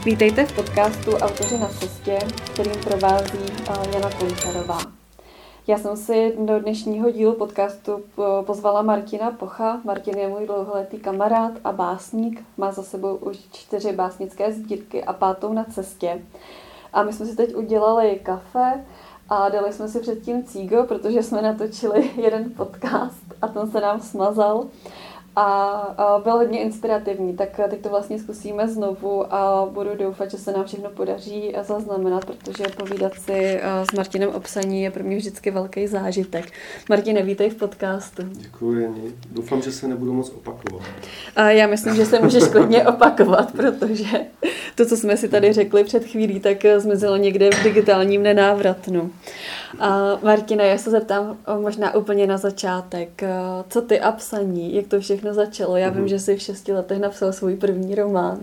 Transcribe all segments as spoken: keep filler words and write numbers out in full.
Vítejte v podcastu Autoři na cestě, kterým provází Jana Poličarová. Já jsem si do dnešního dílu podcastu pozvala Martina Pocha. Martin je můj dlouholetý kamarád a básník. Má za sebou už čtyři básnické sbírky a pátou na cestě. A my jsme si teď udělali kafe a dali jsme si předtím cígo, protože jsme natočili jeden podcast a ten se nám smazal. A byl hodně inspirativní, tak teď to vlastně zkusíme znovu a budu doufat, že se nám všechno podaří zaznamenat, protože povídat si s Martinem o psaní je pro mě vždycky velký zážitek. Martine, vítej v podcastu. Děkuji, Jani. Doufám, že se nebudu moc opakovat. A já myslím, že se můžeš klidně opakovat, protože to, co jsme si tady řekli před chvílí, tak zmizelo někde v digitálním nenávratnu. A Martine, já se zeptám možná úplně na začátek. Co ty a psaní? Jak to všechno začalo? Já vím, mm. že jsi v šesti letech napsal svůj první román.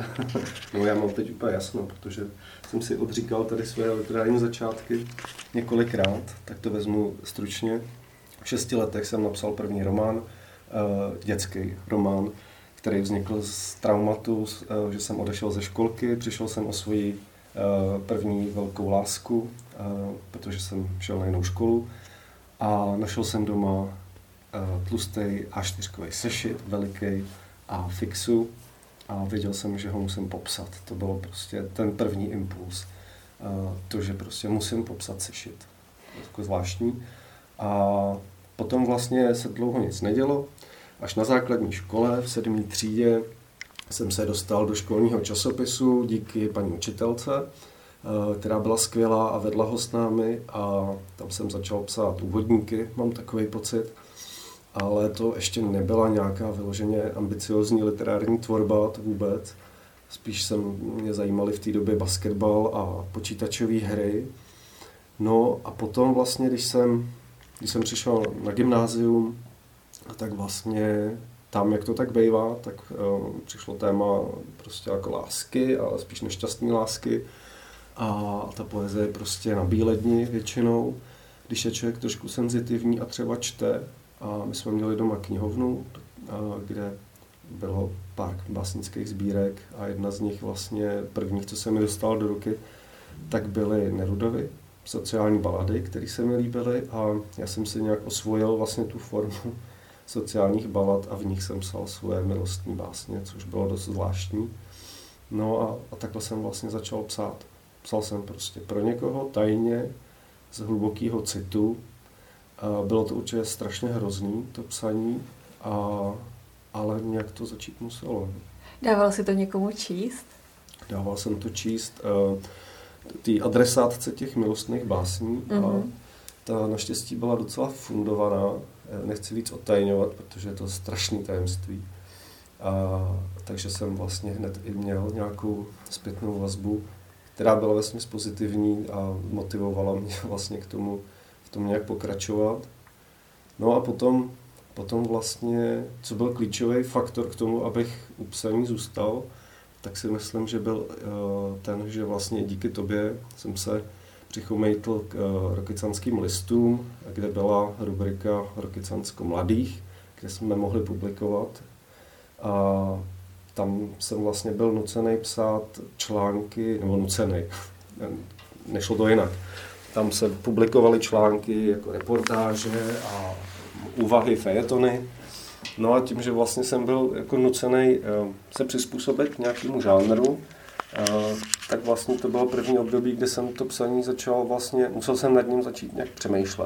No já mám teď úplně jasno, protože jsem si odříkal tady své literární začátky několikrát, tak to vezmu stručně. V šesti letech jsem napsal první román, dětský román, který vznikl z traumatu, že jsem odešel ze školky, přišel jsem o svoji první velkou lásku, protože jsem šel na jinou školu a našel jsem doma tlustý á čtyřkový sešit, veliký a fixu a věděl jsem, že ho musím popsat. To bylo prostě ten první impuls. To, že prostě musím popsat sešit. Jako zvláštní. A potom vlastně se dlouho nic nedělo. Až na základní škole v sedmé třídě jsem se dostal do školního časopisu díky paní učitelce, která byla skvělá a vedla ho s námi a tam jsem začal psát úvodníky, mám takový pocit. Ale to ještě nebyla nějaká vyloženě ambiciozní literární tvorba, to vůbec. Spíš jsem, mě zajímaly v té době basketbal a počítačové hry. No a potom vlastně, když jsem, když jsem přišel na gymnázium, tak vlastně tam, jak to tak bývá, tak um, přišlo téma prostě jako lásky, ale spíš nešťastné lásky. A ta poezie je prostě na bílé dni většinou, když je člověk trošku senzitivní a třeba čte. A my jsme měli doma knihovnu, kde bylo pár básnických sbírek a jedna z nich vlastně prvních, co se mi dostal do ruky, tak byly Nerudovy, sociální balady, které se mi líbily a já jsem si nějak osvojil vlastně tu formu sociálních balad a v nich jsem psal svoje milostní básně, což bylo dost zvláštní. No a, a takhle jsem vlastně začal psát. Psal jsem prostě pro někoho tajně, z hlubokého citu. Bylo to určitě strašně hrozný, to psaní, a, ale nějak to začít muselo. Dával si to někomu číst? Dával jsem to číst uh, té adresátce těch milostných básní mm-hmm. a ta naštěstí byla docela fundovaná. Nechci víc odtajňovat, protože je to strašný tajemství. A, takže jsem vlastně hned i měl nějakou zpětnou vazbu, která byla vesměs pozitivní a motivovala mě vlastně k tomu, tomu nějak pokračovat. No a potom, potom vlastně, co byl klíčový faktor k tomu, abych u psaní zůstal, tak si myslím, že byl uh, ten, že vlastně díky tobě jsem se přichomejtl k uh, Rokycanským listům, kde byla rubrika Rokycansko mladých, kde jsme mohli publikovat. A tam jsem vlastně byl nucený psát články, nebo nucený, nešlo to jinak. Tam se publikovaly články jako reportáže a úvahy, fejetony. No a tím, že vlastně jsem byl jako nucený se přizpůsobit nějakému žánru, tak vlastně to bylo první období, kdy jsem to psaní začal vlastně, musel jsem nad ním začít nějak přemýšlet.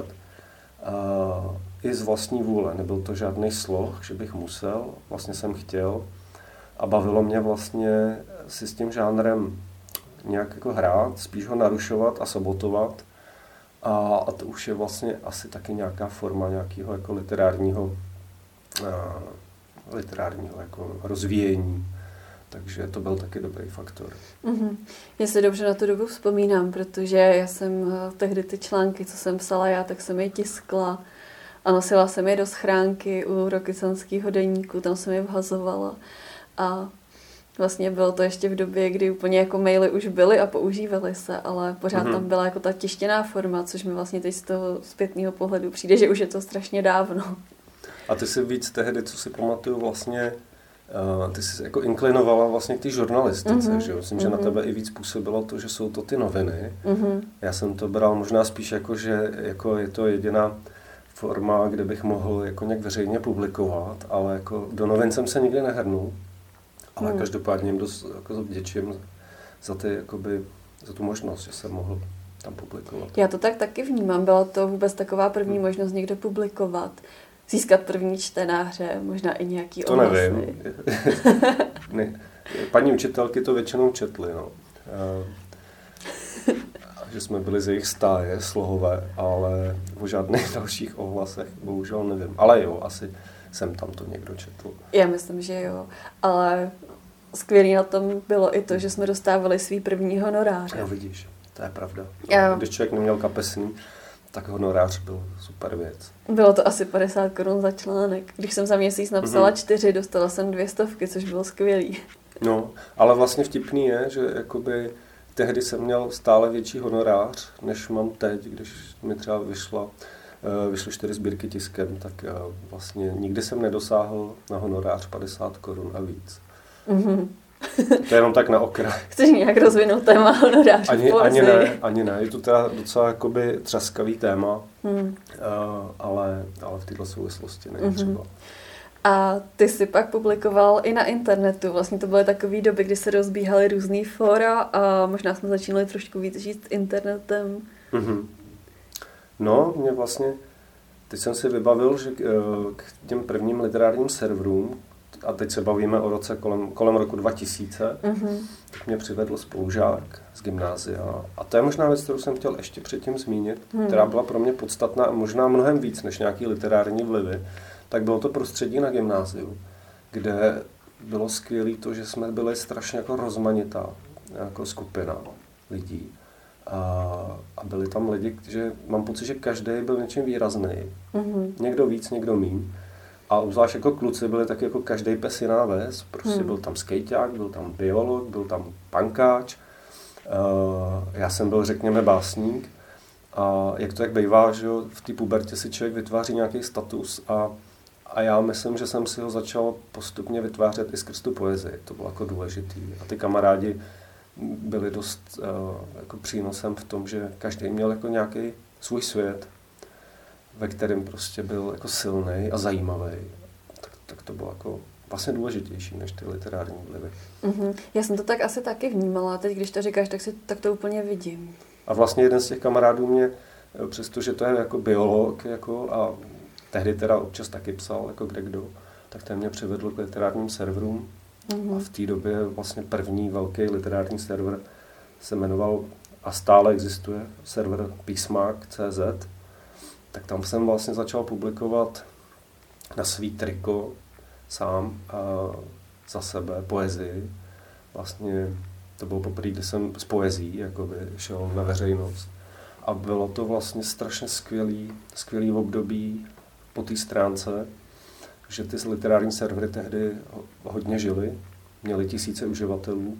I z vlastní vůle, nebyl to žádný sloh, že bych musel, vlastně jsem chtěl a bavilo mě vlastně si s tím žánrem nějak jako hrát, spíš ho narušovat a sabotovat. A, a to už je vlastně asi taky nějaká forma nějakého jako literárního, a, literárního jako rozvíjení. Takže to byl taky dobrý faktor. Mm-hmm. Já si dobře na tu dobu vzpomínám, protože já jsem tehdy ty články, co jsem psala já, tak jsem je tiskla a nosila jsem je do schránky u Rokycanského deníku, tam jsem je vhazovala a vlastně bylo to ještě v době, kdy úplně jako maily už byly a používaly se, ale pořád mm-hmm. tam byla jako ta tištěná forma, což mi vlastně teď z toho zpětného pohledu přijde, že už je to strašně dávno. A ty si víc tehdy, co si pamatuju, vlastně uh, ty jsi jako inklinovala vlastně k té žurnalistice, mm-hmm. že jo? Myslím, mm-hmm. že na tebe i víc působilo to, že jsou to ty noviny. Mm-hmm. Já jsem to bral možná spíš jako, že jako je to jediná forma, kde bych mohl jako nějak veřejně publikovat, ale jako do novin jsem se nikdy nehrnul. Ale mm. každopádně jim dost jako vděčím za, ty, jakoby, za tu možnost, že jsem mohl tam publikovat. Já to tak taky vnímám. Byla to vůbec taková první možnost někde publikovat, získat první čtenáře, možná i nějaký to ohlasy. Nevím. ne, paní učitelky to většinou četly, no. Že jsme byli z jejich stáje slohové, ale o žádných dalších ohlasech bohužel nevím. Ale jo, asi jsem tam to někdo četl. Já myslím, že jo, ale skvělý na tom bylo i to, že jsme dostávali svý první honoráře. Jo, vidíš, to je pravda. Já... Když člověk neměl kapesný, tak honorář byl super věc. Bylo to asi padesát korun za článek. Když jsem za měsíc napsala mm-hmm. čtyři, dostala jsem dvě stovky, což bylo skvělý. No, ale vlastně vtipný je, že jakoby tehdy jsem měl stále větší honorář, než mám teď, když mi třeba vyšla, vyšly čtyři sbírky tiskem, tak vlastně nikdy jsem nedosáhl na honorář padesát korun a víc. Mm-hmm. To je jenom tak na okraj. Chceš nějak rozvinout téma honorář? Ani, ani ne, ani ne. Je to teda docela jakoby třaskavý téma, hmm. ale, ale v této souvislosti není mm-hmm. třeba. A ty jsi pak publikoval i na internetu. Vlastně to byly takové doby, kdy se rozbíhaly různý fóra a možná jsme začínali trošku víc žít internetem. Mm-hmm. No, mě vlastně, teď jsem si vybavil, že k těm prvním literárním serverům, a teď se bavíme o roce kolem, kolem roku dva tisíce, mm-hmm. tak mě přivedl spolužák z gymnázia. A to je možná věc, kterou jsem chtěl ještě předtím zmínit, mm. která byla pro mě podstatná a možná mnohem víc než nějaký literární vlivy. Tak bylo to prostředí na gymnáziu, kde bylo skvělé to, že jsme byli strašně jako rozmanitá jako skupina lidí. A, a byli tam lidi, že mám pocit, že každý byl něčím výrazný. Mm-hmm. Někdo víc, někdo míň. A obzvlášť jako kluci byli tak jako každý pes jiná ves. Prostě hmm. byl tam skejťák, byl tam biolog, byl tam pankáč. Uh, já jsem byl, řekněme, básník. A jak to tak bývá, že jo, v té pubertě si člověk vytváří nějaký status a, a já myslím, že jsem si ho začal postupně vytvářet i skrz tu poezii. To bylo jako důležitý. A ty kamarádi byli dost uh, jako přínosem v tom, že každý měl jako nějaký svůj svět, ve kterém prostě byl jako silný a zajímavý, tak, tak to bylo jako vlastně důležitější než ty literární vlivy. Mm-hmm. Já jsem to tak asi taky vnímala, teď když to říkáš, tak, si, tak to úplně vidím. A vlastně jeden z těch kamarádů mě, přestože to je jako biolog, jako, a tehdy teda občas taky psal, jako kde kdo, tak ten mě přivedl k literárním serverům. Mm-hmm. A v té době vlastně první velký literární server se jmenoval a stále existuje server písmák tečka cé zet. Tak tam jsem vlastně začal publikovat na svý triko sám a za sebe poezii. Vlastně to bylo poprvé, kdy jsem s poezií jakoby šel na veřejnost. A bylo to vlastně strašně skvělý, skvělý období po té stránce, že ty literární servery tehdy hodně žily, měly tisíce uživatelů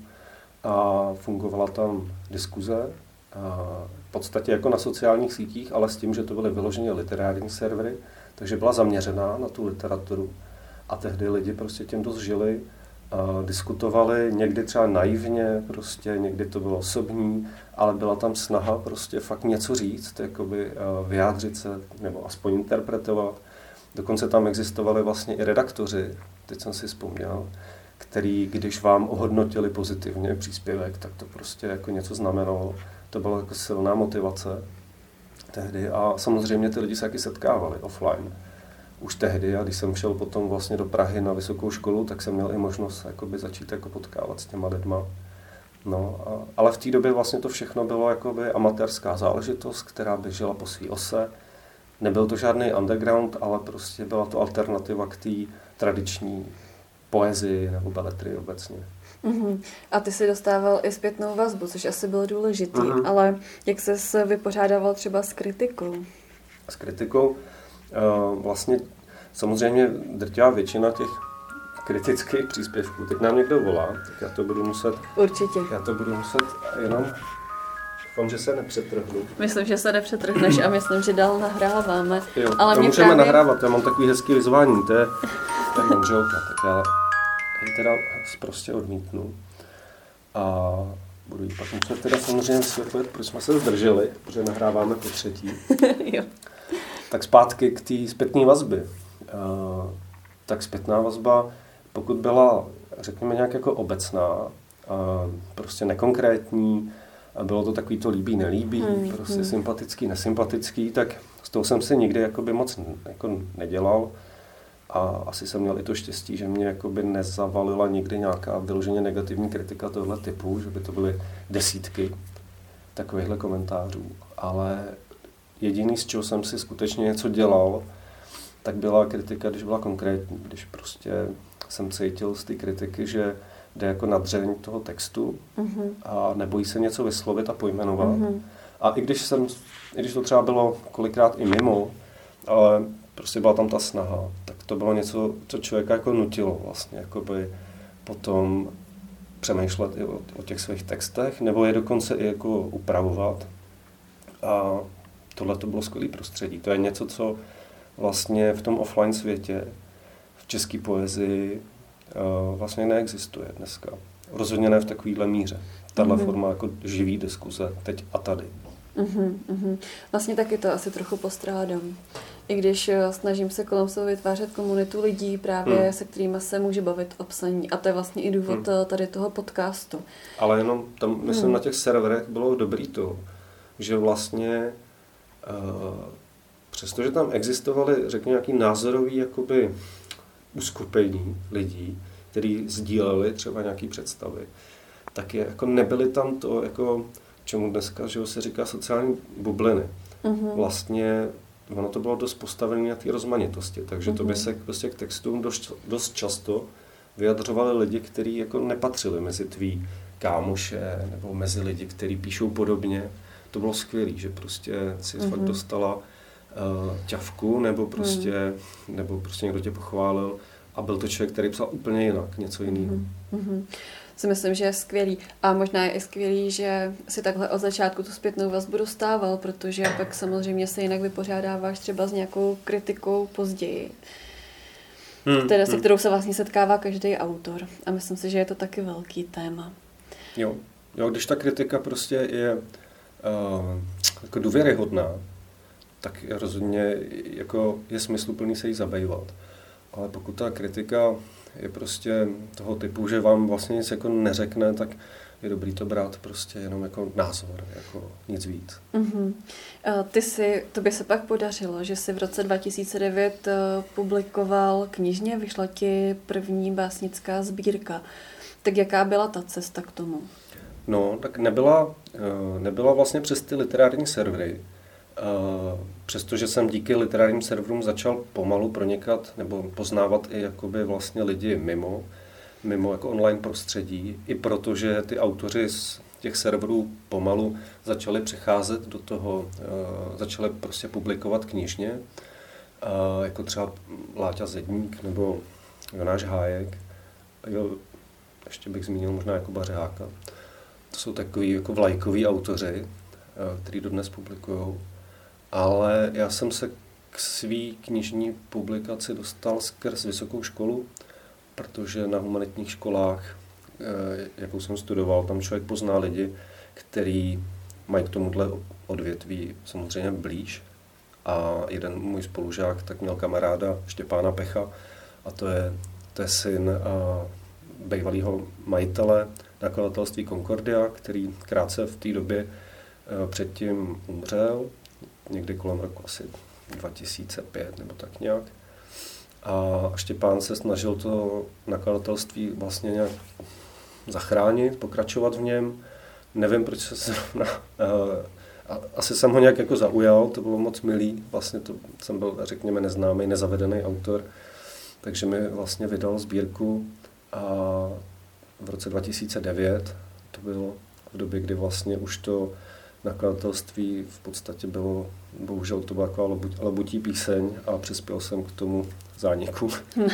a fungovala tam diskuze. A v podstatě jako na sociálních sítích, ale s tím, že to byly vyloženě literární servery, takže byla zaměřená na tu literaturu. A tehdy lidi prostě tím dost žili, a diskutovali, někdy třeba naivně, prostě, někdy to bylo osobní, ale byla tam snaha prostě fakt něco říct, jakoby vyjádřit se, nebo aspoň interpretovat. Dokonce tam existovali vlastně i redaktoři, teď jsem si vzpomněl, který, když vám ohodnotili pozitivně příspěvek, tak to prostě jako něco znamenalo. To byla jako silná motivace tehdy a samozřejmě ty lidi se taky setkávali offline. Už tehdy a když jsem šel potom vlastně do Prahy na vysokou školu, tak jsem měl i možnost jakoby začít jako potkávat s těma lidma. No, a, ale v té době vlastně to všechno bylo jakoby amatérská záležitost, která běžela po svý ose. Nebyl to žádný underground, ale prostě byla to alternativa k té tradiční poezii nebo beletrii obecně. Uhum. A ty si dostával i zpětnou vazbu, což asi bylo důležitý, uhum. Ale jak ses vypořádával třeba s kritikou? S kritikou? Uh, vlastně samozřejmě drtivá většina těch kritických příspěvků. Teď nám někdo volá, tak já to budu muset... Určitě. Já to budu muset jenom... Doufám, že se nepřetrhnu. Myslím, že se nepřetrhneš a myslím, že dál nahráváme. Jo, ale to mě můžeme právě... nahrávat, já mám takový hezký vyzvání, to je, to je manželka, tak já, ji teda prostě odmítnu. A budu jí pak muset teda samozřejmě vysvětlit, proč jsme se zdrželi, protože nahráváme po třetí. Jo. Tak zpátky k té zpětné vazbě. Uh, tak zpětná vazba, pokud byla, řekněme, nějak jako obecná, uh, prostě nekonkrétní, a bylo to takový to líbí, nelíbí, hmm, prostě hmm. sympatický, nesympatický, tak z toho jsem si nikdy jakoby moc jako nedělal. A asi jsem měl i to štěstí, že mě jakoby nezavalila nikdy nějaká vyloženě negativní kritika tohle typu, že by to byly desítky takovýchhle komentářů. Ale jediný, z čeho jsem si skutečně něco dělal, tak byla kritika, když byla konkrétní. Když prostě jsem cítil z té kritiky, že jde jako na dřeň toho textu mm-hmm. a nebojí se něco vyslovit a pojmenovat. Mm-hmm. A i když, jsem, i když to třeba bylo kolikrát i mimo, ale prostě byla tam ta snaha, tak to bylo něco, co člověka jako nutilo vlastně, jakoby potom přemýšlet i o, o těch svých textech, nebo je dokonce i jako upravovat. A tohle to bylo skvělý prostředí. To je něco, co vlastně v tom offline světě, v české poezii vlastně neexistuje dneska. Rozhodně ne v takovýhle míře. Tahle mm-hmm. forma jako živý diskuze teď a tady. Mm-hmm, mm-hmm. Vlastně taky to asi trochu postrádám. I když snažím se kolem sebe vytvářet komunitu lidí, právě hmm. se kterými se může bavit o psaní. A to je vlastně i důvod hmm. tady toho podcastu. Ale jenom tam, myslím, hmm. na těch serverech bylo dobrý to, že vlastně uh, přestože tam existovaly, řekněme, nějaký názorový jakoby uskupení lidí, kteří sdíleli třeba nějaký představy, tak je, jako nebyly tam to, jako, čemu dneska že se říká sociální bubliny. Mm-hmm. Vlastně ono to bylo dost postavené na té rozmanitosti, takže mm-hmm. to by se prostě k textům dost, dost často vyjadřovali lidi, kteří jako nepatřili mezi tvý kámoše nebo mezi lidi, kteří píšou podobně. To bylo skvělé, že prostě si mm-hmm. fakt dostala uh, ťavku nebo prostě, mm. nebo prostě někdo tě pochválil a byl to člověk, který psal úplně jinak, něco jiného. Mm-hmm. Si myslím, že je skvělý. A možná je i skvělý, že si takhle od začátku tu zpětnou vazbu dostával, protože pak samozřejmě se jinak vypořádáváš třeba s nějakou kritikou později, hmm, které, hmm. se kterou se vlastně setkává každý autor. A myslím si, že je to taky velký téma. Jo, jo když ta kritika prostě je uh, jako důvěryhodná, tak rozhodně jako je smysluplný se jí zabývat. Ale pokud ta kritika je prostě toho typu, že vám vlastně nic jako neřekne, tak je dobrý to brát prostě jenom jako názor, jako nic víc. Uh-huh. Ty si, to by se pak podařilo, že jsi v roce dva tisíce devět publikoval knižně, vyšla ti první básnická sbírka. Tak jaká byla ta cesta k tomu? No, tak nebyla, nebyla vlastně přes ty literární servery. Přestože jsem díky literárním serverům začal pomalu pronikat nebo poznávat i jakoby vlastně lidi mimo, mimo jako online prostředí, i protože ty autoři z těch serverů pomalu začali přecházet do toho, začali prostě publikovat knižně, jako třeba Láďa Zedník nebo Jonáš Hájek, jo, ještě bych zmínil možná Jakuba Řeháka. To jsou takový jako vlajkoví autoři, kteří dodnes publikujou. Ale já jsem se k svý knižní publikaci dostal skrz vysokou školu, protože na humanitních školách, jakou jsem studoval, tam člověk pozná lidi, kteří mají k tomuhle odvětví samozřejmě blíž. A jeden můj spolužák tak měl kamaráda Štěpána Pecha, a to je, to je syn bývalého majitele nakladatelství Concordia, který krátce v té době předtím umřel, někdy kolem roku asi dva tisíce pět nebo tak nějak. A Štěpán se snažil to nakladatelství vlastně nějak zachránit, pokračovat v něm. Nevím, proč se zrovna... Asi jsem ho nějak jako zaujal, to bylo moc milý. Vlastně to jsem byl, řekněme, neznámý, nezavedený autor. Takže mi vlastně vydal sbírku a v roce dva tisíce devět, to bylo v době, kdy vlastně už to nakladatelství v podstatě bylo, bohužel to byla taková labutí píseň a přispěl jsem k tomu zániku. uh,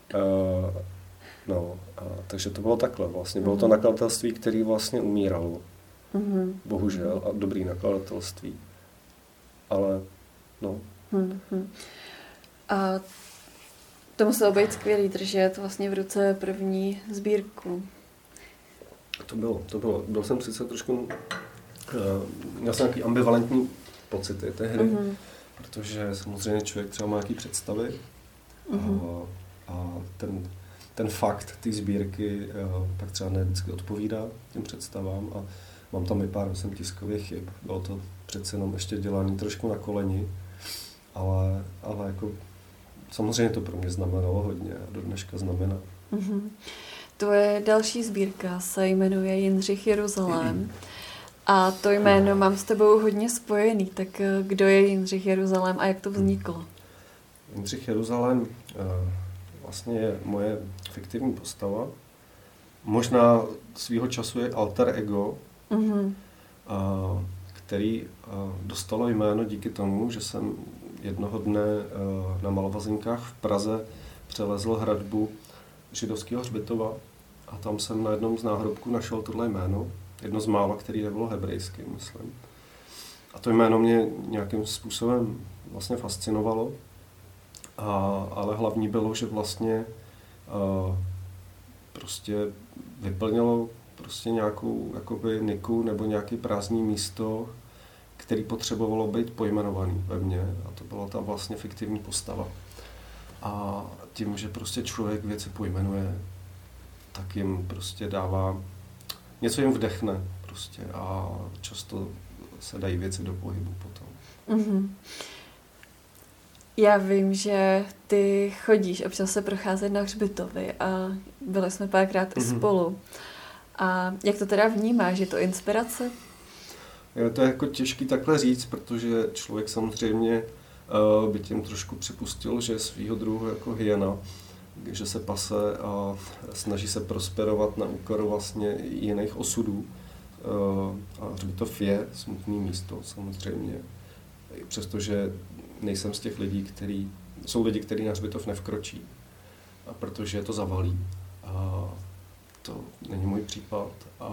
no, uh, takže to bylo takhle vlastně. Bylo to nakladatelství, které vlastně umíralo. Mm-hmm. Bohužel. A dobrý nakladatelství. Ale no. Mm-hmm. A To muselo být skvělý držet vlastně v ruce první sbírku. To bylo, to bylo. Byl jsem sice trošku, uh, měl jsem nějaký ambivalentní pocity té hry, mm-hmm. protože samozřejmě člověk třeba má nějaký představy mm-hmm. a, a ten, ten fakt té sbírky uh, pak třeba ne vždycky odpovídá těm představám a mám tam i pár myslím, tiskových chyb. Bylo to přece jenom ještě dělání trošku na koleni, ale, ale jako samozřejmě to pro mě znamenalo hodně a do dneška znamená. Mm-hmm. Tvoje další sbírka se jmenuje Jindřich Jeruzalém a to jméno mám s tebou hodně spojený, tak kdo je Jindřich Jeruzalém a jak to vzniklo? Jindřich Jeruzalém vlastně je moje fiktivní postava. Možná svýho času je alter ego, mm-hmm. který dostalo jméno díky tomu, že jsem jednoho dne na Malovazinkách v Praze přelezl hradbu židovského hřbitova a tam jsem na jednom z náhrobků našel tohle jméno, jedno z mála, který nebylo hebrejsky, myslím. A to jméno mě nějakým způsobem vlastně fascinovalo, a, ale hlavní bylo, že vlastně a, prostě vyplnilo prostě nějakou jakoby niku nebo nějaké prázdné místo, který potřebovalo být pojmenovaný ve mně a to byla ta vlastně fiktivní postava. A tím, že prostě člověk věci pojmenuje, tak jim prostě dává, něco jim vdechne prostě a často se dají věci do pohybu potom. Mm-hmm. Já vím, že ty chodíš občas se procházet na hřbitovy a byli jsme párkrát mm-hmm. i spolu. A jak to teda vnímáš? Je to inspirace? Je to jako těžký takhle říct, protože člověk samozřejmě by tím trošku připustil, že je svýho druhu jako hyena, že se pase a snaží se prosperovat na úkor vlastně jiných osudů. A hřbitov je smutný místo samozřejmě, přestože nejsem z těch lidí, který, jsou lidi, kteří na hřbitov nevkročí, a protože je to zavalí. A to není můj případ. A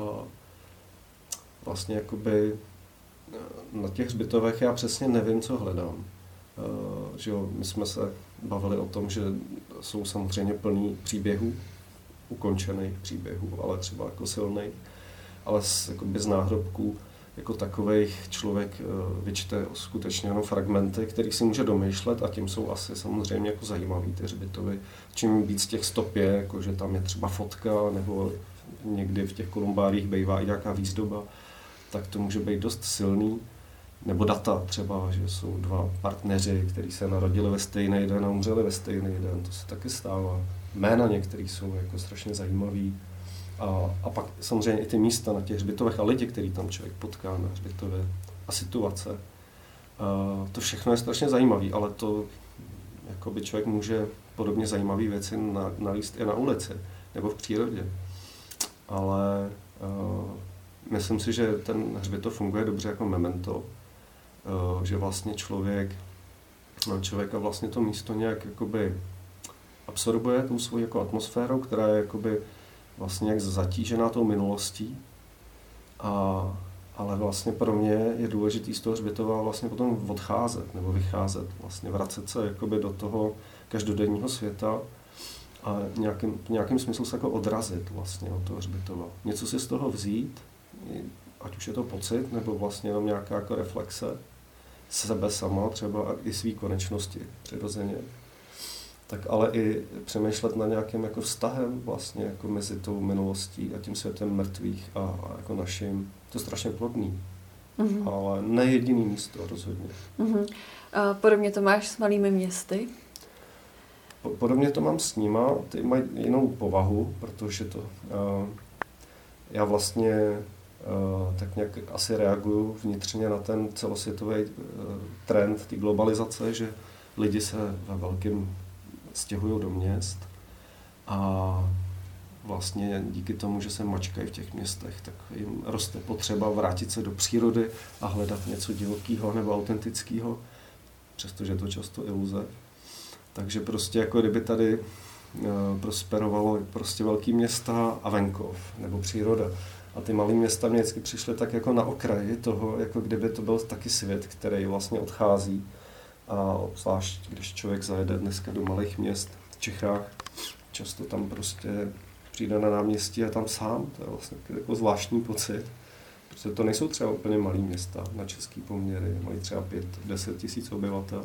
vlastně jakoby na těch hřbitovech já přesně nevím, co hledám. Uh, že jo, my jsme se bavili o tom, že jsou samozřejmě plný příběhů, ukončených příběhů, ale třeba jako silných, ale z, jakoby z náhrobků jako takových člověk uh, vyčte skutečně jenom fragmenty, který si může domýšlet a tím jsou asi samozřejmě jako zajímavý ty hřbitovy. Čím víc těch stop je, jako že tam je třeba fotka nebo někdy v těch kolumbárích bývá i nějaká výzdoba, tak to může být dost silný. Nebo data třeba, že jsou dva partneři, kteří se narodili ve stejný den a umřeli ve stejný den, to se taky stává. Jména některý jsou jako strašně zajímavý. A, a pak samozřejmě i ty místa na těch hřbitovech a lidi, který tam člověk potká na hřbitově a situace. A to všechno je strašně zajímavý, ale to jakoby člověk může podobně zajímavé věci na, nalíst i na ulici nebo v přírodě. Ale uh, myslím si, že ten hřbitov funguje dobře jako memento, že vlastně člověk, člověka vlastně to místo nějak jakoby absorbuje tou svojí jako atmosférou, která je jakoby vlastně jak zatížená tou minulostí. A, ale vlastně pro mě je důležitý z toho hřbitova vlastně potom odcházet nebo vycházet, vlastně vracet se jakoby do toho každodenního světa a nějakým, v nějakým smyslu se jako odrazit vlastně od toho hřbitova. Něco si z toho vzít, ať už je to pocit, nebo vlastně jenom nějaká jako reflexe sebe sama, třeba i svý konečnosti přirozeně. Tak ale i přemýšlet na nějakým jako vztahem vlastně jako mezi tou minulostí a tím světem mrtvých a, a jako naším. To je strašně plodný, mm-hmm. ale ne jediný místo rozhodně. Mm-hmm. A podobně to máš s malými městy? Podobně to mám s nima, ty mají jinou povahu, protože to uh, já vlastně Uh, tak nějak asi reaguju vnitřně na ten celosvětový uh, trend, ty globalizace, že lidi se ve velkém stěhují do měst a vlastně díky tomu, že se mačkají v těch městech, tak jim roste potřeba vrátit se do přírody a hledat něco divokého nebo autentického, přestože je to často iluze. Takže prostě jako kdyby tady uh, prosperovalo prostě velký města a venkov nebo příroda. A ty malé města mě vždycky přišly tak jako na okraji toho, jako kdyby to byl taky svět, který vlastně odchází. A zvlášť, když člověk zajede dneska do malých měst, v Čechách. Často tam prostě přijde na náměstí a tam sám, to je vlastně jako zvláštní pocit. Protože to nejsou třeba úplně malý města na český poměry, mají třeba pět, deset tisíc obyvatel.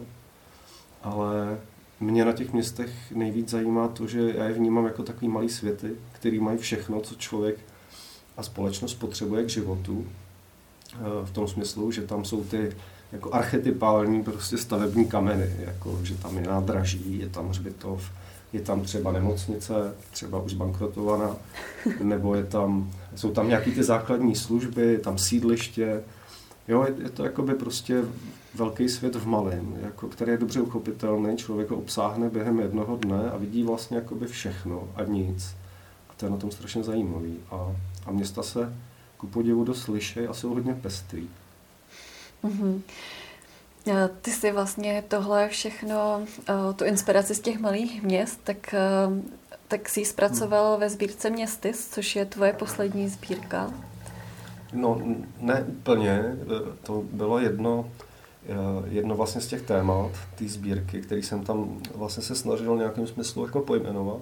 Ale mě na těch městech nejvíc zajímá to, že já je vnímám jako takový malý světy, který mají všechno, co člověk a společnost potřebuje k životu. V tom smyslu, že tam jsou ty jako archetypální prostě stavební kameny, jako že tam je nádraží, je tam hřbitov, je tam třeba nemocnice, třeba už zbankrotovaná, nebo je tam, jsou tam nějaký ty základní služby, je tam sídliště. Jo, je, je to jakoby prostě velký svět v malém, jako, který je dobře uchopitelný, člověk ho obsáhne během jednoho dne a vidí vlastně jakoby všechno a nic. A to je na tom strašně zajímavý. A, a města se ku podivu dost liší a jsou hodně pestrý. Mm-hmm. Ty si vlastně tohle všechno, tu inspiraci z těch malých měst, tak, tak jsi ji zpracoval ve sbírce Městys, což je tvoje poslední sbírka. No, ne úplně. To bylo jedno, jedno vlastně z těch témat, té sbírky, který jsem tam vlastně se snažil nějakým smyslu jako pojmenovat.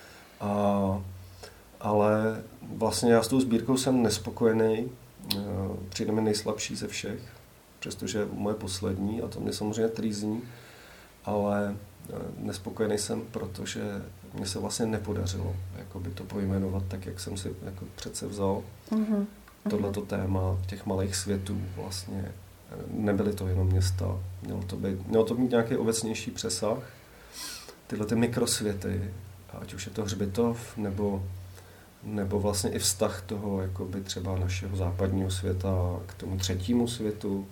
A, ale vlastně já s tou sbírkou jsem nespokojený. Přijde mi nejslabší ze všech, přestože moje poslední, a to mě samozřejmě trýzní, ale nespokojený jsem, protože mně se vlastně nepodařilo jakoby to pojmenovat tak, jak jsem si jako přece vzal. Mm-hmm. Tohleto téma těch malých světů vlastně nebyly to jenom města, mělo to, být, mělo to mít nějaký obecnější přesah. Tyhle ty mikrosvěty, ať už je to hřbitov, nebo, nebo vlastně i vztah toho jakoby třeba našeho západního světa k tomu třetímu světu.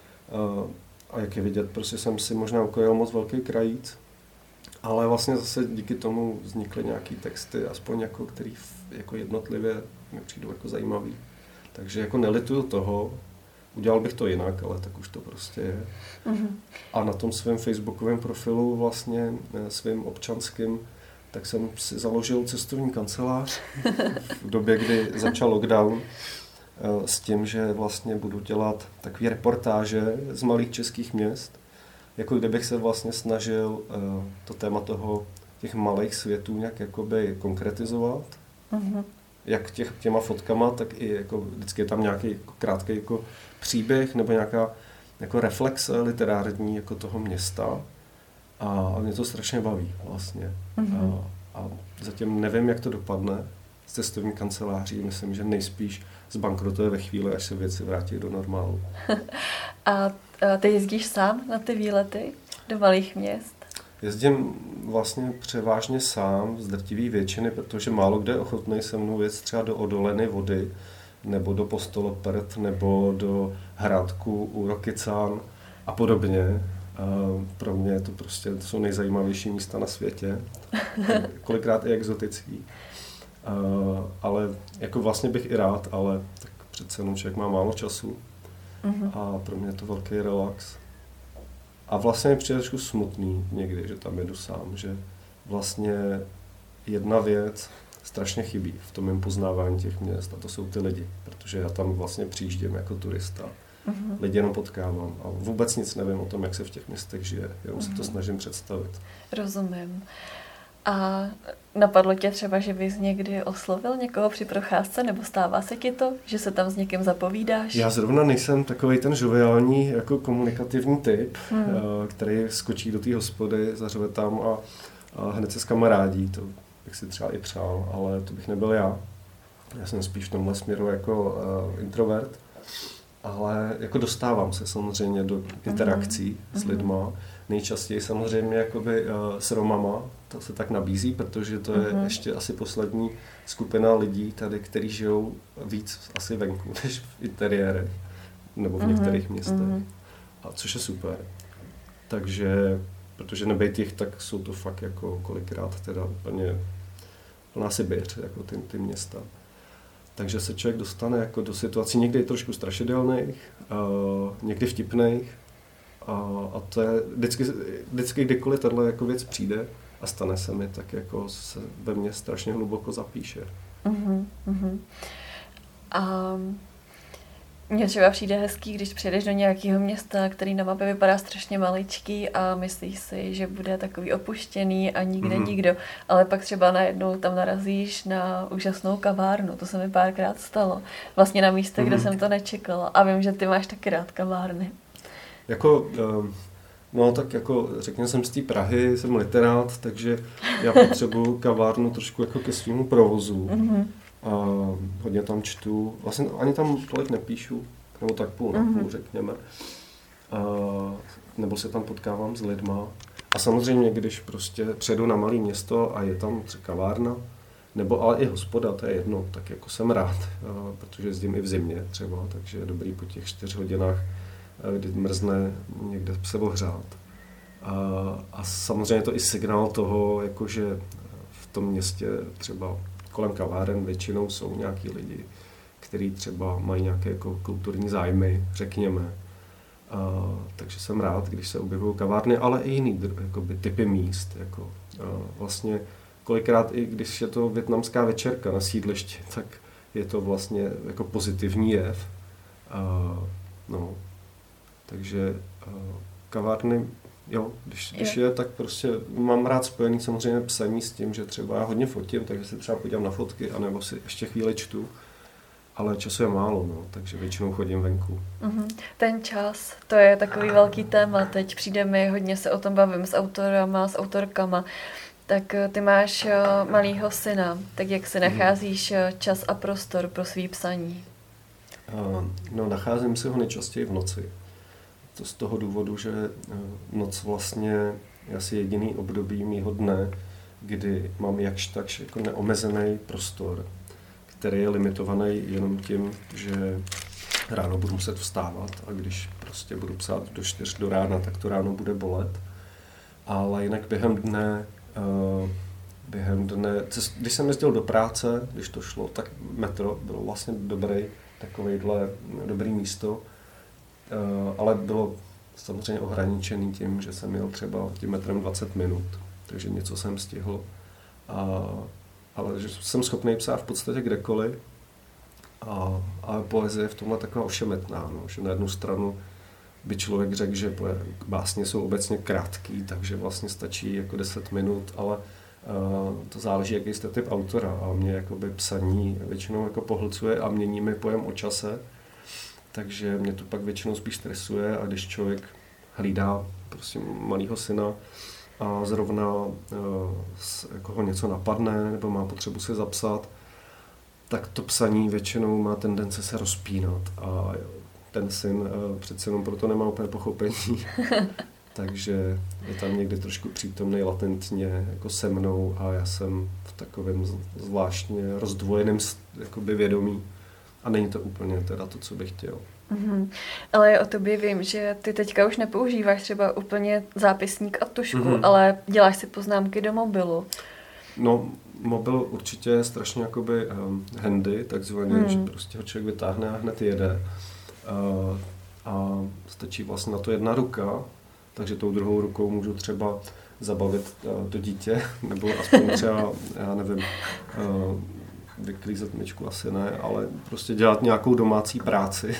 A jak je vidět, prostě jsem si možná ukojil moc velký krajíc, ale vlastně zase díky tomu vznikly nějaký texty, aspoň jako, který jako jednotlivě mi přijdou jako zajímavý. Takže jako nelituju toho, udělal bych to jinak, ale tak už to prostě je. Mm-hmm. A na tom svém facebookovém profilu vlastně svým občanským, tak jsem si založil cestovní kancelář v době, kdy začal lockdown, s tím, že vlastně budu dělat takové reportáže z malých českých měst, jako kdybych se vlastně snažil to téma toho těch malých světů nějak jakoby konkretizovat. Mm-hmm. Jak těch, těma fotkama, tak i jako vždycky je tam nějaký jako krátký jako příběh nebo nějaká jako reflexe literární jako toho města. A, a mě to strašně baví vlastně. Mm-hmm. A, a zatím nevím, jak to dopadne s cestovní kanceláří. Myslím, že nejspíš zbankrotuje ve chvíli, až se věci vrátí do normálu. A ty jezdíš sám na ty výlety do malých měst? Jezdím vlastně převážně sám z drtivé většiny, protože málo kde je ochotný se mnou jet třeba do Odoleny Vody, nebo do Postoloprt, nebo do Hrádku u Rokycán a podobně. A pro mě to prostě to jsou nejzajímavější místa na světě, kolikrát i exotický. A, ale jako vlastně bych i rád, ale tak přece jenom člověk má málo času mm-hmm. a pro mě je to velký relax. A vlastně je přijde trošku smutný někdy, že tam jedu sám, že vlastně jedna věc strašně chybí v tom mém poznávání těch měst a to jsou ty lidi, protože já tam vlastně přijíždím jako turista. Uh-huh. Lidi jenom potkávám a vůbec nic nevím o tom, jak se v těch městech žije, jenom uh-huh. se to snažím představit. Rozumím. A napadlo tě třeba, že bys někdy oslovil někoho při procházce, nebo stává se ti to, že se tam s někým zapovídáš? Já zrovna nejsem takovej ten žoviální, jako komunikativní typ, hmm. který skočí do té hospody, zařve tam a, a hned se skamarádí. To bych si třeba i přál, ale to bych nebyl já. Já jsem spíš v tomhle směru jako uh, introvert, ale jako dostávám se samozřejmě do interakcí hmm. s lidma. Nejčastěji samozřejmě jakoby, uh, s Romama, to se tak nabízí, protože to je uh-huh. ještě asi poslední skupina lidí tady, kteří žijou víc asi venku, než v interiérech, nebo v uh-huh. některých městech, uh-huh. a což je super. Takže, protože nebejt jich, tak jsou to fakt jako kolikrát teda úplně plná Sibiř, jako ty, ty města. Takže se člověk dostane jako do situací někdy trošku strašidelných, uh, někdy vtipných, A, a to je vždycky, vždycky kdykoliv tato jako věc přijde a stane se mi, tak jako se ve mně strašně hluboko zapíše. Uh-huh, uh-huh. A Mně třeba přijde hezký, když přijedeš do nějakého města, který na mapě vypadá strašně maličký a myslíš si, že bude takový opuštěný a nikde mm. nikdo, ale pak třeba najednou tam narazíš na úžasnou kavárnu, to se mi párkrát stalo, vlastně na místě, mm. kde jsem to nečekala a vím, že ty máš taky rád kavárny. Jako, no tak jako řekněme, jsem z té Prahy, jsem literát, takže já potřebuju kavárnu trošku jako ke svému provozu. Mm-hmm. A hodně tam čtu, vlastně ani tam tolik nepíšu, nebo tak půl na půl, mm-hmm. řekněme. A, nebo se tam potkávám s lidma. A samozřejmě, když prostě přijedu na malé město a je tam třeba kavárna, nebo ale i hospoda, to je jedno, tak jako jsem rád, protože jezdím i v zimě třeba, takže je dobrý po těch čtyř hodinách, kdy mrzne, někde se ohřát. A, a samozřejmě je to i signál toho, jakože v tom městě třeba kolem kaváren většinou jsou nějaký lidi, kteří třeba mají nějaké jako kulturní zájmy, řekněme. A, takže jsem rád, když se objevují kavárny, ale i jiný jakoby, typy míst. Jako, a vlastně kolikrát i když je to vietnamská večerka na sídlišti, tak je to vlastně jako pozitivní jev. A, no, takže a, kavárny, jo, když, když je, tak prostě mám rád spojený samozřejmě psaní s tím, že třeba já hodně fotím, takže si třeba podívám na fotky, anebo si ještě chvíli čtu, ale času je málo, no, takže většinou chodím venku. Mm-hmm. Ten čas, to je takový velký téma, teď přijde mi, hodně se o tom bavím s autorama, s autorkama, tak ty máš malýho syna, tak jak si nacházíš čas a prostor pro svý psaní? Uh, no, nacházím si ho nejčastěji v noci. To z toho důvodu, že noc vlastně je asi jediný období mýho dne, kdy mám jakž takž jako neomezený prostor, který je limitovaný jenom tím, že ráno budu muset vstávat a když prostě budu psát do čtyř do rána, tak to ráno bude bolet. Ale jinak během dne, během dne, když jsem jezdil do práce, když to šlo, tak metro bylo vlastně dobrý, takovejhle dobrý místo. Uh, ale bylo samozřejmě ohraničený tím, že jsem jel třeba tím metrem dvacet minut, takže něco jsem stihl. A, ale že jsem schopný psát v podstatě kdekoliv. A, a poezie je v tomhle taková ošemetná, no, že na jednu stranu by člověk řekl, že básně jsou obecně krátký, takže vlastně stačí jako deset minut, ale uh, to záleží, jaký jste typ autora. A mě jakoby psaní většinou jako pohlcuje a mění mi pojem o čase. Takže mě to pak většinou spíš stresuje a když člověk hlídá prostě malýho syna a zrovna uh, jako ho něco napadne nebo má potřebu se zapsat, tak to psaní většinou má tendence se rozpínat a ten syn uh, přece jenom proto nemá úplně pochopení. Takže je tam někdy trošku přítomný latentně jako se mnou a já jsem v takovém zvláštně rozdvojeném jakoby vědomí. A není to úplně teda to, co bych chtěl. Mm-hmm. Ale o tobě vím, že ty teďka už nepoužíváš třeba úplně zápisník a tušku, mm-hmm. ale děláš si poznámky do mobilu. No, mobil určitě je strašně jakoby um, handy, takzvaně, mm. že prostě ho člověk vytáhne a hned jede. Uh, a stačí vlastně na to jedna ruka, takže tou druhou rukou můžu třeba zabavit uh, to dítě, nebo aspoň třeba, já nevím, uh, vyklízet myčku asi ne, ale prostě dělat nějakou domácí práci.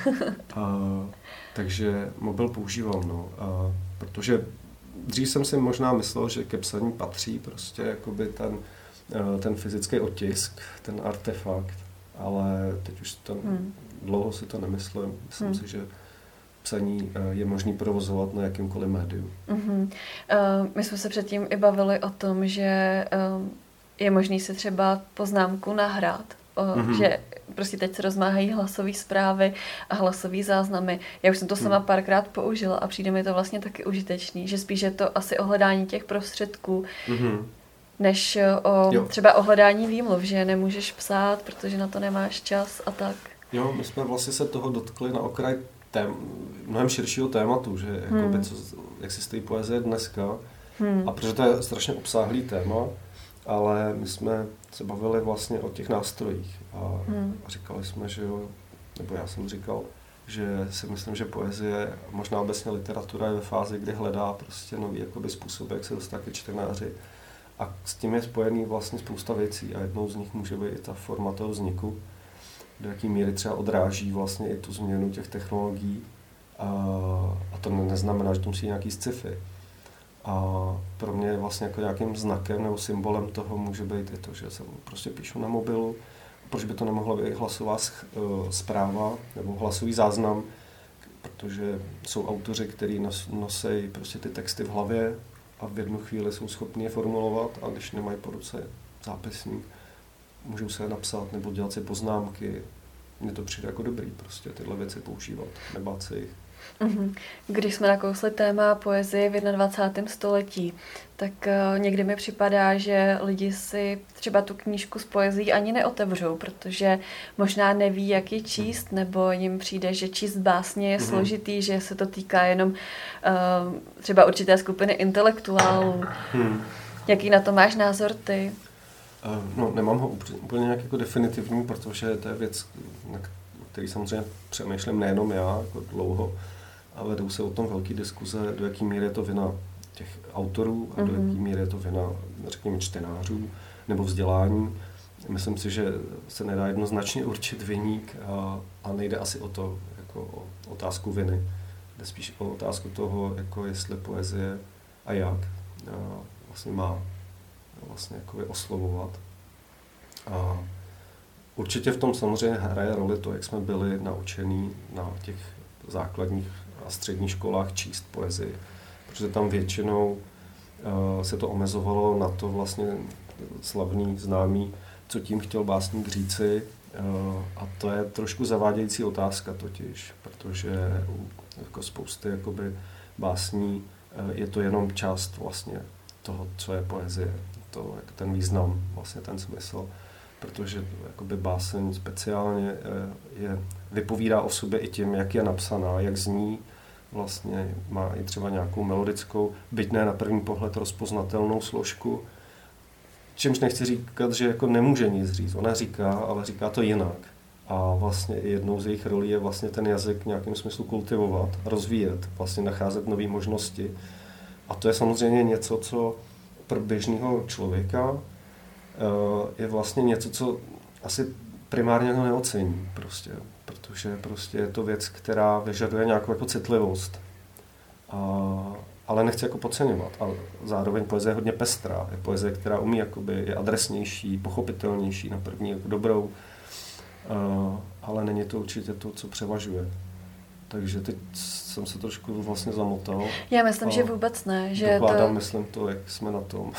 A, takže mobil používám, no. A, protože dřív jsem si možná myslel, že ke psaní patří prostě jakoby ten, ten fyzický otisk, ten artefakt, ale teď už to, hmm. dlouho si to nemyslím. Myslím hmm. si, že psaní je možný provozovat na jakýmkoliv médiu. Mm-hmm. Uh, my jsme se předtím i bavili o tom, že uh, je možný si třeba poznámku nahrát, o, mm-hmm. že prostě teď se rozmáhají hlasové zprávy a hlasové záznamy. Já už jsem to sama párkrát použila a přijde mi to vlastně taky užitečný, že spíš je to asi o hledání těch prostředků, mm-hmm. než o jo. třeba o hledání výmluv, že nemůžeš psát, protože na to nemáš čas a tak. Jo, my jsme vlastně se toho dotkli na okraj tém, mnohem širšího tématu, že hmm. jakoby, co, jak si stojí poezie dneska, hmm. a protože to je strašně obsáhlý téma, ale my jsme se bavili vlastně o těch nástrojích a, hmm. a říkali jsme, že jo, nebo já jsem říkal, že si myslím, že poezie, možná obecně literatura je ve fázi, kdy hledá prostě nový jakoby, způsob, jak se dostat ke čtenáři. A s tím je spojený vlastně spousta věcí a jednou z nich může být i ta forma toho vzniku. do jaké míry třeba odráží vlastně i tu změnu těch technologií. A, a to neznamená, že to musí nějaký sci-fi. A pro mě vlastně jako nějakým znakem nebo symbolem toho může být i to, že se prostě píšu na mobilu. Proč by to nemohla být hlasová zpráva nebo hlasový záznam, protože jsou autoři, kteří nosí prostě ty texty v hlavě a v jednu chvíli jsou schopni je formulovat, a když nemají po ruce zápisník, můžou se napsat nebo dělat si poznámky. Mně to přijde jako dobrý prostě tyhle věci používat, nebát se jich. Když jsme nakousli téma poezie v dvacátém prvním století, tak uh, někdy mi připadá, že lidi si třeba tu knížku z poezií ani neotevřou, protože možná neví, jak ji číst, nebo jim přijde, že číst básně je mm-hmm. složitý, že se to týká jenom uh, třeba určité skupiny intelektuálů. Hmm. Jaký na to máš názor ty? Uh, no, nemám ho úplně nějak jako definitivní, protože to je věc, na který samozřejmě přemýšlím nejenom já, jako dlouho, a vedou se o tom velké diskuze, do jaký míry je to vina těch autorů a mm-hmm. do jaký míry je to vina, řekněme, čtenářů nebo vzdělání. Myslím si, že se nedá jednoznačně určit viník a, a nejde asi o to, jako o otázku viny. Jde spíš o otázku toho, jako jestli poezie a jak a vlastně má vlastně jako oslovovat. A určitě v tom samozřejmě hraje roli to, jak jsme byli naučení na těch základních a středních školách číst poezii, protože tam většinou uh, se to omezovalo na to vlastně slavný, známý, co tím chtěl básník říci, uh, a to je trošku zavádějící otázka totiž, protože u jako spousty jakoby básní uh, je to jenom část vlastně toho, co je poezie, to, ten význam, vlastně ten smysl. Protože jakoby báseň speciálně je, vypovídá o sobě i tím, jak je napsaná, jak zní, vlastně má i třeba nějakou melodickou, byť ne na první pohled rozpoznatelnou složku, čímž nechci říkat, že jako nemůže nic říct. Ona říká, ale říká to jinak. A vlastně jednou z jejich rolí je vlastně ten jazyk nějakým smyslu kultivovat, rozvíjet, vlastně nacházet nové možnosti. A to je samozřejmě něco, co pro běžného člověka je vlastně něco, co asi primárně ho neocení, prostě, protože prostě je to věc, která vyžaduje nějakou jako citlivost. A, ale nechci jako podceňovat. A zároveň poezie je hodně pestrá. Je poezie, která umí jakoby, je adresnější, pochopitelnější, na první jako dobrou, a, ale není to určitě to, co převažuje. Takže teď jsem se trošku vlastně zamotal. Já myslím, že vůbec ne. Že dokládám, to... myslím to, jak jsme na tom.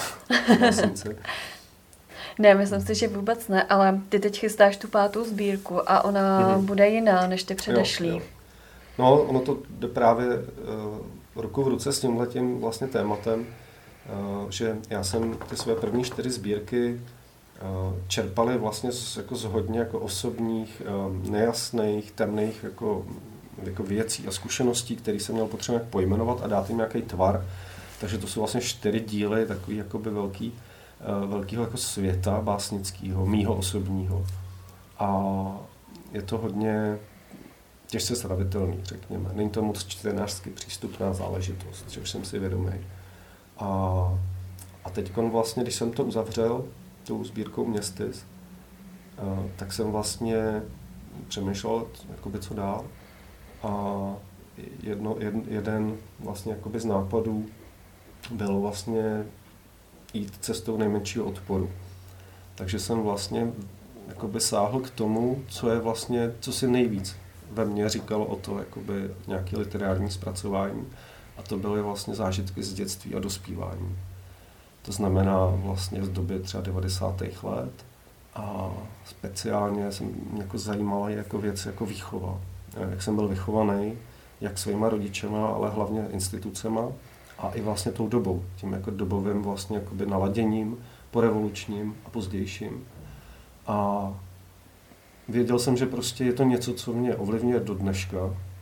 Ne, myslím si, že vůbec ne, ale ty teď chystáš tu pátou sbírku a ona mm-hmm. bude jiná než ty předešlý. Jo, jo. No, ono to jde právě uh, ruku v ruce s tímhletím vlastně tématem, uh, že já jsem ty své první čtyři sbírky uh, čerpaly vlastně z, jako z hodně jako osobních, uh, nejasných, temných jako, jako věcí a zkušeností, které jsem měl potřeba pojmenovat a dát jim nějaký tvar. Takže to jsou vlastně čtyři díly, takový jakoby velký, velkého jako světa básnického, mýho osobního. A je to hodně těžce stravitelný, řekněme. Není to moc čtenářsky přístupná záležitost, což jsem si vědomý. A, a teď vlastně, když jsem to uzavřel, tou sbírkou Městys, tak jsem vlastně přemýšlel, jakoby co dál. A jedno, jed, jeden vlastně jakoby z nápadů byl vlastně jít cestou nejmenšího odporu. Takže jsem vlastně jakoby sáhl k tomu, co je vlastně, co si nejvíc ve mně říkalo o to, jakoby nějaké literární zpracování. A to byly vlastně zážitky z dětství a dospívání. To znamená vlastně z doby třeba devadesátých let a speciálně jsem mě jako zajímala jako věc jako výchova. Jak jsem byl vychovaný, jak svýma rodičema, ale hlavně institucema, a i vlastně tou dobou, tím jako dobovým vlastně jakoby naladěním, porevolučním a pozdějším. A věděl jsem, že prostě je to něco, co mě ovlivňuje do dneška.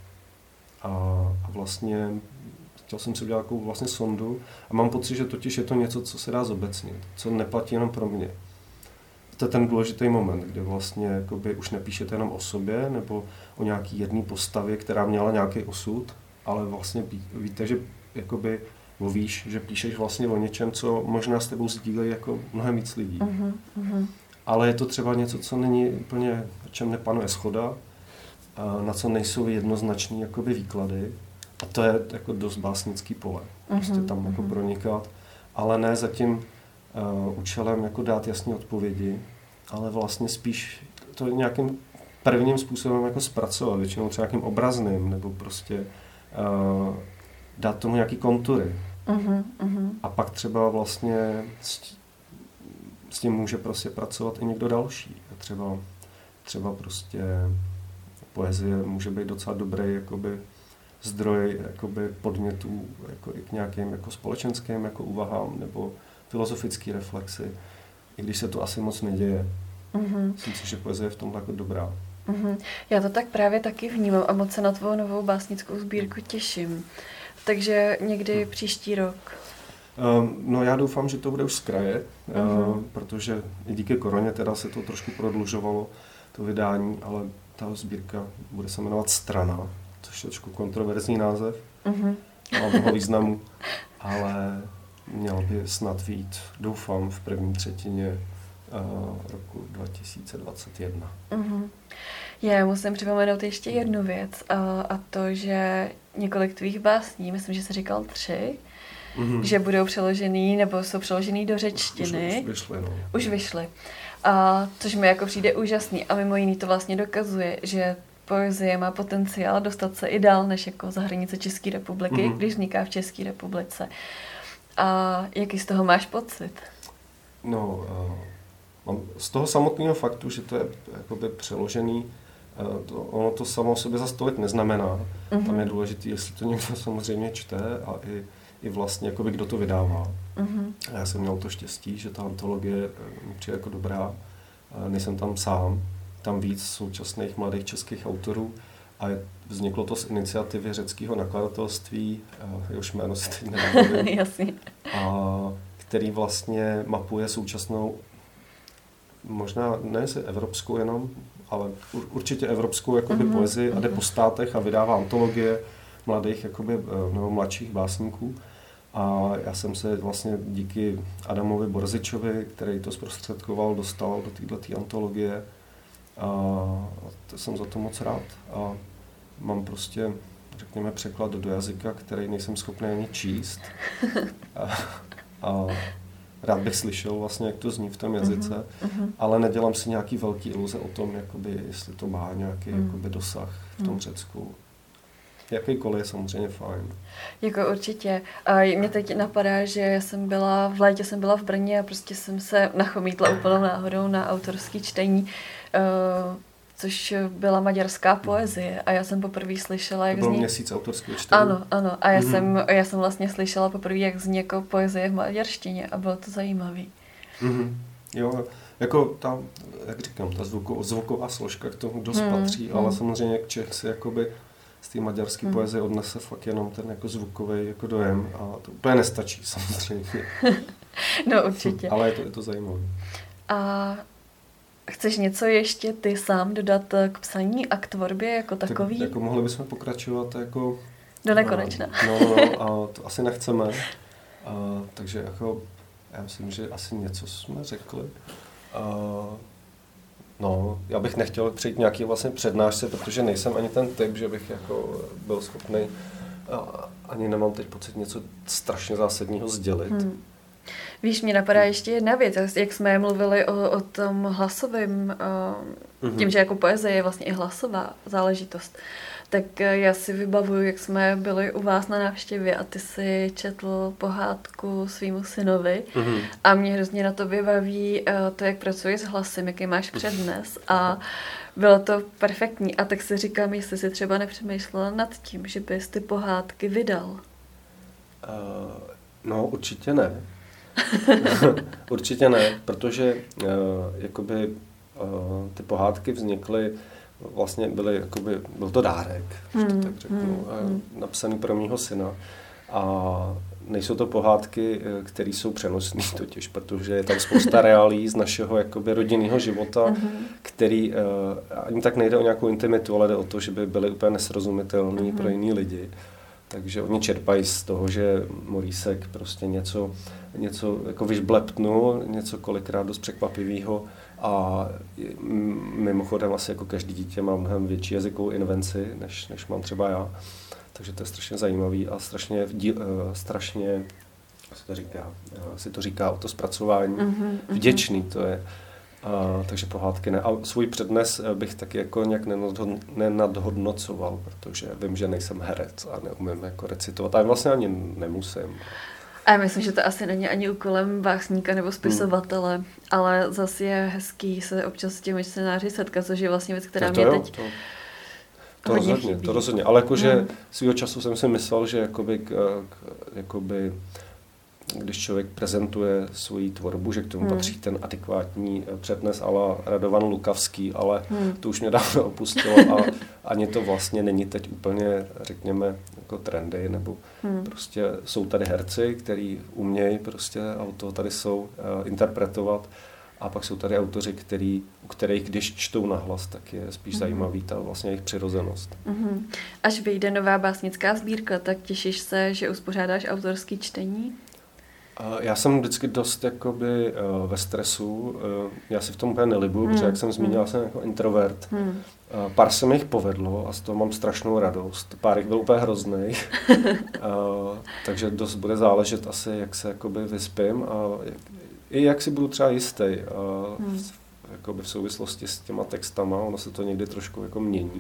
A, a vlastně chtěl jsem si udělat takovou vlastně sondu a mám pocit, že totiž je to něco, co se dá zobecnit, co neplatí jenom pro mě. To je ten důležitý moment, kdy vlastně jakoby už nepíšete jenom o sobě nebo o nějaký jedné postavě, která měla nějaký osud, ale vlastně víte, že jakoby víš, že píšeš vlastně o něčem, co možná s tebou sdílejí jako mnohem víc lidí. Uh-huh, uh-huh. ale je to třeba něco, co není úplně, o čem nepanuje shoda, na co nejsou jednoznačný jakoby výklady. A to je jako dost básnický pole, prostě mm-hmm. tam jako pronikat, ale ne za tím uh, účelem jako dát jasné odpovědi, ale vlastně spíš to nějakým prvním způsobem jako zpracovat, většinou třeba nějakým obrazným, nebo prostě uh, dát tomu nějaký kontury. Mm-hmm. A pak třeba vlastně s, s tím může prostě pracovat i někdo další. A třeba, třeba prostě poezie může být docela dobrý jakoby zdroj jakoby podnětů jako i k nějakým jako společenským jako úvahám nebo filozofický reflexy, i když se to asi moc neděje. Mm-hmm. Myslím si, že poezie je v tomhle jako dobrá. Mm-hmm. Já to tak právě taky vnímám a moc se na tvou novou básnickou sbírku těším. Takže někdy hmm. příští rok. Um, no já doufám, že to bude už z kraje, mm-hmm. uh, protože i díky koroně teda se to trošku prodlužovalo, to vydání, ale ta sbírka bude se jmenovat Strana, což je trošku kontroverzní název, mm-hmm. má mnoho významů, ale měl by snad vyjít, doufám, v první třetině uh, roku dva tisíce dvacet jedna. Mm-hmm. Já musím připomenout ještě jednu věc a, a to, že několik tvých básní, myslím, že jsi říkal tři, mm-hmm. že budou přeložený nebo jsou přeložený do řečtiny. Už, už vyšly, no. Už vyšly. A což mi jako přijde úžasný a mimo jiný to vlastně dokazuje, že poezie má potenciál dostat se i dál než jako za hranice České republiky, mm-hmm. když vzniká v České republice. A jaký z toho máš pocit? No, uh, mám z toho samotného faktu, že to je jakoby přeložený, uh, to, ono to samo o sobě za stolik neznamená. Mm-hmm. Tam je důležité, jestli to někdo samozřejmě čte a i, i vlastně jakoby kdo to vydává. Mm-hmm. Já jsem měl to štěstí, že ta antologie mi přijde jako dobrá. Uh, nejsem tam sám, tam víc současných mladých českých autorů a vzniklo to z iniciativy řeckého nakladatelství, jehož jméno si teď nevím, Jasně. a který vlastně mapuje současnou, možná ne jestli evropskou jenom, ale určitě evropskou jakoby mm-hmm. poezii a jde po státech a vydává antologie mladých jakoby, nebo mladších básníků. A já jsem se vlastně díky Adamovi Borzičovi, který to zprostředkoval, dostal do této antologie. A to jsem za to moc rád. A mám prostě, řekněme, překlad do jazyka, který nejsem schopný ani číst. A, a rád bych slyšel vlastně, jak to zní v tom jazyce, uh-huh. ale nedělám si nějaký velký iluze o tom, jakoby, jestli to má nějaký uh-huh. jakoby, dosah v tom uh-huh. Řecku. Jakýkoliv je samozřejmě fajn. Jako určitě. A mě teď napadá, že jsem byla, v létě jsem byla v Brně a prostě jsem se nachomítla úplnou náhodou na autorský čtení, uh, což byla maďarská poezie a já jsem poprvé slyšela, jak to byl zní... měsíc autorského čtení. Ano, ano. A já, mm-hmm. jsem, já jsem vlastně slyšela poprvé, jak zní jako poezie v maďarštině a bylo to zajímavý. Mm-hmm. Jo, jako ta, jak říkám, ta zvuko, zvuková složka k tomu dost mm, patří, mm. ale samozřejmě Čech si jakoby z té maďarské hmm. poezie odnese fakt jenom ten jako zvukový jako dojem a to úplně nestačí samozřejmě. No určitě. Ale je to, je to zajímavé. A chceš něco ještě ty sám dodat k psaní a k tvorbě jako takový? Tak, jako mohli bychom pokračovat jako... Do nekonečna. No, no, no a to asi nechceme. A, takže jako já myslím, že asi něco jsme řekli. A, No, já bych nechtěl přejít nějaký vlastně přednášce, protože nejsem ani ten typ, že bych jako byl schopný, ani nemám teď pocit něco strašně zásadního sdělit. Hmm. Víš, mě napadá ještě jedna věc, jak jsme mluvili o, o tom hlasovém, o, tím, že jako poezie je vlastně i hlasová záležitost, tak já si vybavuju, jak jsme byli u vás na návštěvě a ty si četl pohádku svýmu synovi mm-hmm. a mě hrozně na tobě baví to, jak pracuješ s hlasem, jaký máš přednes a bylo to perfektní. A tak si říkám, jestli si třeba nepřemýšlela nad tím, že bys ty pohádky vydal. Uh, no, určitě ne. Určitě ne, protože uh, jakoby uh, ty pohádky vznikly vlastně byly, jakoby, byl to dárek, hmm, to tak řeknu, hmm, napsaný pro mýho syna. A nejsou to pohádky, které jsou přenosné totiž, protože je tam spousta reálí z našeho jakoby, rodinného života, hmm. který uh, ani tak nejde o nějakou intimitu, ale jde o to, že by byly úplně nesrozumitelné hmm. pro jiný lidi. Takže oni čerpají z toho, že Morísek prostě něco, něco jako vyžblepnul, něco kolikrát dost překvapivého A mimochodem asi jako každý dítě má mnohem větší jazykovou invenci, než, než mám třeba já. Takže to je strašně zajímavý a strašně, strašně jak se to říká, si to říká o to zpracování, mm-hmm, vděčný to je. A, takže pohádky ne. A svůj přednes bych taky jako nějak nenadhodnocoval, protože vím, že nejsem herec a neumím jako recitovat. A vlastně ani nemusím. A já myslím, že to asi není ani úkolem básníka nebo spisovatele, hmm. ale zase je hezký se občas s těmi scénáři setkat, což je vlastně věc, která mě teď to, to rozhodně, chybí. To rozhodně, ale jakože hmm. svýho času jsem si myslel, že jakoby, k, k, jakoby když člověk prezentuje svoji tvorbu, že k tomu hmm. patří ten adekvátní přednes a la Radovan Lukavský, ale hmm. to už mě dávno opustilo a ani to vlastně není teď úplně, řekněme, jako trendy, nebo hmm. prostě jsou tady herci, kteří umějí prostě, a to tady jsou uh, interpretovat, a pak jsou tady autoři, který, u kterých, když čtou nahlas, tak je spíš mm. zajímavý ta vlastně jejich přirozenost. Mm-hmm. Až vyjde nová básnická sbírka, tak těšíš se, že uspořádáš autorský čtení? Já jsem vždycky dost jakoby uh, ve stresu, uh, já si v tom úplně nelibuju, mm. protože jak jsem zmínil, mm. jsem jako introvert. Mm. Uh, pár se mi jich povedlo a z toho mám strašnou radost. Pár jich byl úplně hroznej, uh, takže dost bude záležet asi, jak se jakoby vyspím a jak, i jak si budu třeba jistý uh, mm. v, jakoby v souvislosti s těma textama, ono se to někdy trošku jako mění.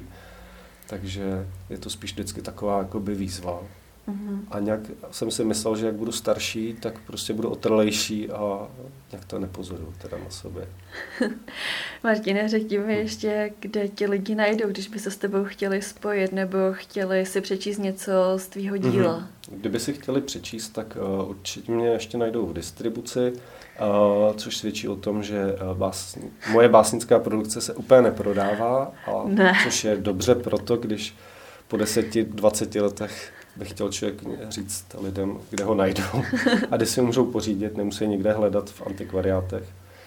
Takže je to spíš vždycky taková jakoby výzva. Mm-hmm. A nějak jsem si myslel, že jak budu starší, tak prostě budu otrlejší a nějak to nepozoruju teda na sobě. Martine, řekni mi ještě, kde ti lidi najdou, když by se s tebou chtěli spojit nebo chtěli si přečíst něco z tvýho díla. Mm-hmm. Kdyby si chtěli přečíst, tak uh, určitě mě ještě najdou v distribuci, uh, což svědčí o tom, že uh, básni, moje básnická produkce se úplně neprodává, a ne. Což je dobře proto, když po deseti, dvaceti letech bych chtěl člověk říct lidem, kde ho najdou a kde si ho můžou pořídit, nemusí nikde hledat v antikvariátech.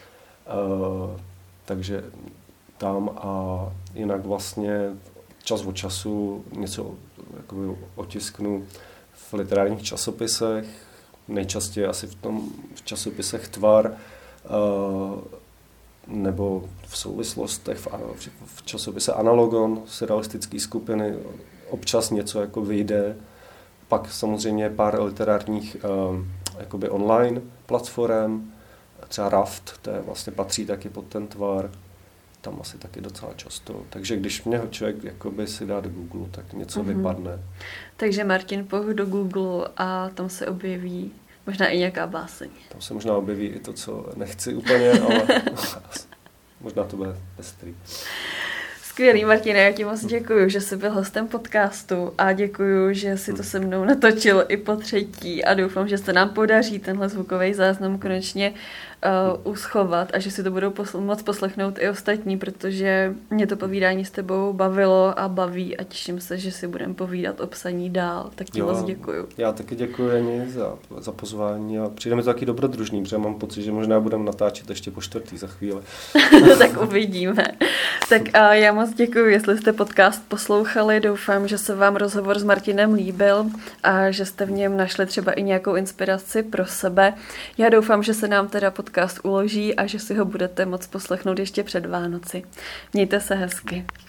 Uh, takže tam a jinak vlastně čas od času něco jakoby otisknu v literárních časopisech, nejčastěji asi v tom v časopisech Tvar, uh, nebo v souvislostech v, v časopise Analogon, surrealistické skupiny, občas něco jako vyjde. Pak samozřejmě pár literárních um, jakoby online platform, třeba Raft, to je vlastně patří taky pod ten Tvar, tam asi taky docela často. Takže když mě člověk jakoby si dá do Google, tak něco mm-hmm. vypadne. Takže Martin Poch do Google a tam se objeví možná i nějaká báseň. Tam se možná objeví i to, co nechci úplně, ale možná to bude pestrý. Skvělý, Martine, já ti moc děkuju, že jsi byl hostem podcastu a děkuju, že si to se mnou natočil i po třetí a doufám, že se nám podaří tenhle zvukový záznam konečně uh, uschovat a že si to budou posl- moc poslechnout i ostatní, protože mě to povídání s tebou bavilo a baví a těším se, že si budeme povídat o psaní dál. Tak ti jo, moc děkuju. Já taky děkuji, Jani, za, za pozvání a přijde mi to taky dobrodružný, protože mám pocit, že možná budeme natáčet ještě po čtvrtý za chvíli. Tak uvidíme. Tak uh, já moc děkuji, jestli jste podcast poslouchali. Doufám, že se vám rozhovor s Martinem líbil a že jste v něm našli třeba i nějakou inspiraci pro sebe. Já doufám, že se nám teda podcast uloží a že si ho budete moct poslechnout ještě před Vánoci. Mějte se hezky.